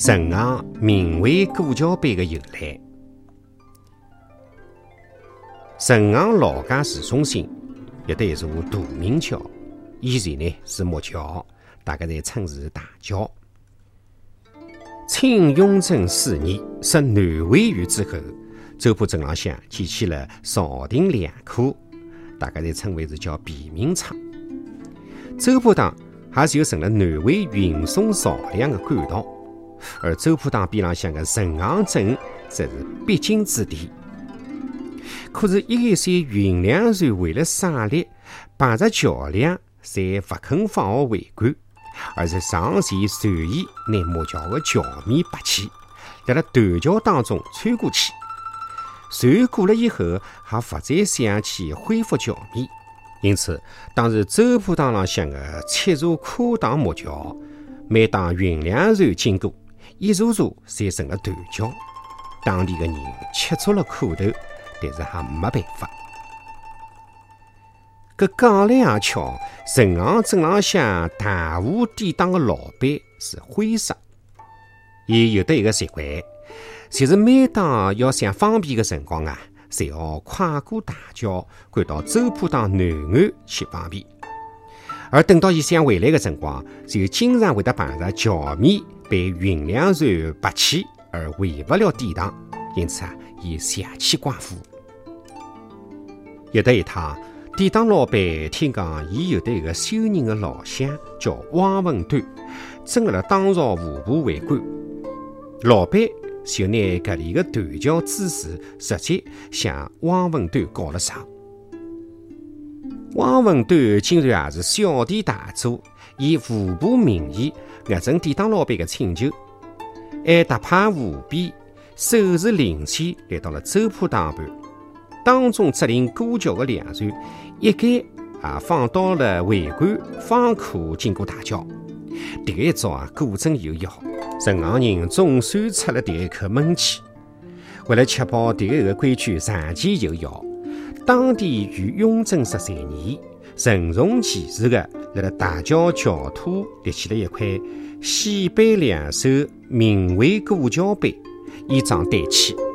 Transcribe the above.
陈昂名为过桥碑的由来。陈昂老家市中心有得一座大明桥，以前呢是木桥，大家侪称是大桥。清雍正4年设南汇县之后，周浦镇浪向建起了朝廷粮库，大家侪称为是叫便民仓。周浦塘还是有成了南汇运送漕粮的管道，而周浦塘边浪向的陈昂镇则是必经之地。可是一线运粮船为了省力，排着桥梁侪不肯放好桅杆，而是上前随意拿木桥的桥面拔起，在了断桥当中穿过去。船过了以后，还不再想去恢复桥面，因此当时周浦塘浪向的7座跨塘木桥，每当运粮船经过，一座座侪成了断桥。当地的人吃足了苦头，但是还没办法。搿讲来也巧，陈昂镇浪向大湖典当的老板是徽商，伊有得一个习惯，就是每当要想方便的辰光啊，侪要跨过大桥，赶到周浦塘南岸去方便。而等到伊想回来的辰光，就经常会得碰着桥面被运粮船拔起而回不了典塘，因此啊，伊邪气寡妇。有得一趟，典当老板听讲伊有得一个收人的老乡叫汪文端，正辣当朝户部为官。老板就拿搿里的断桥之事直接向汪文端告了状。汪文端竟然也是小题大做，以户部名义核准典当老板的请求，还特派护兵手持令旗来到了周浦塘畔，当中责令过桥的粮船一概也放到了桅杆，方可经过大桥。这个一招啊，果真有效，陈昂人总算出了第一口闷气。为了确保这个规矩长期有效，当地于雍正13年任重其事地在大桥桥头立起了一块西北两首名为过桥碑，以彰胆气。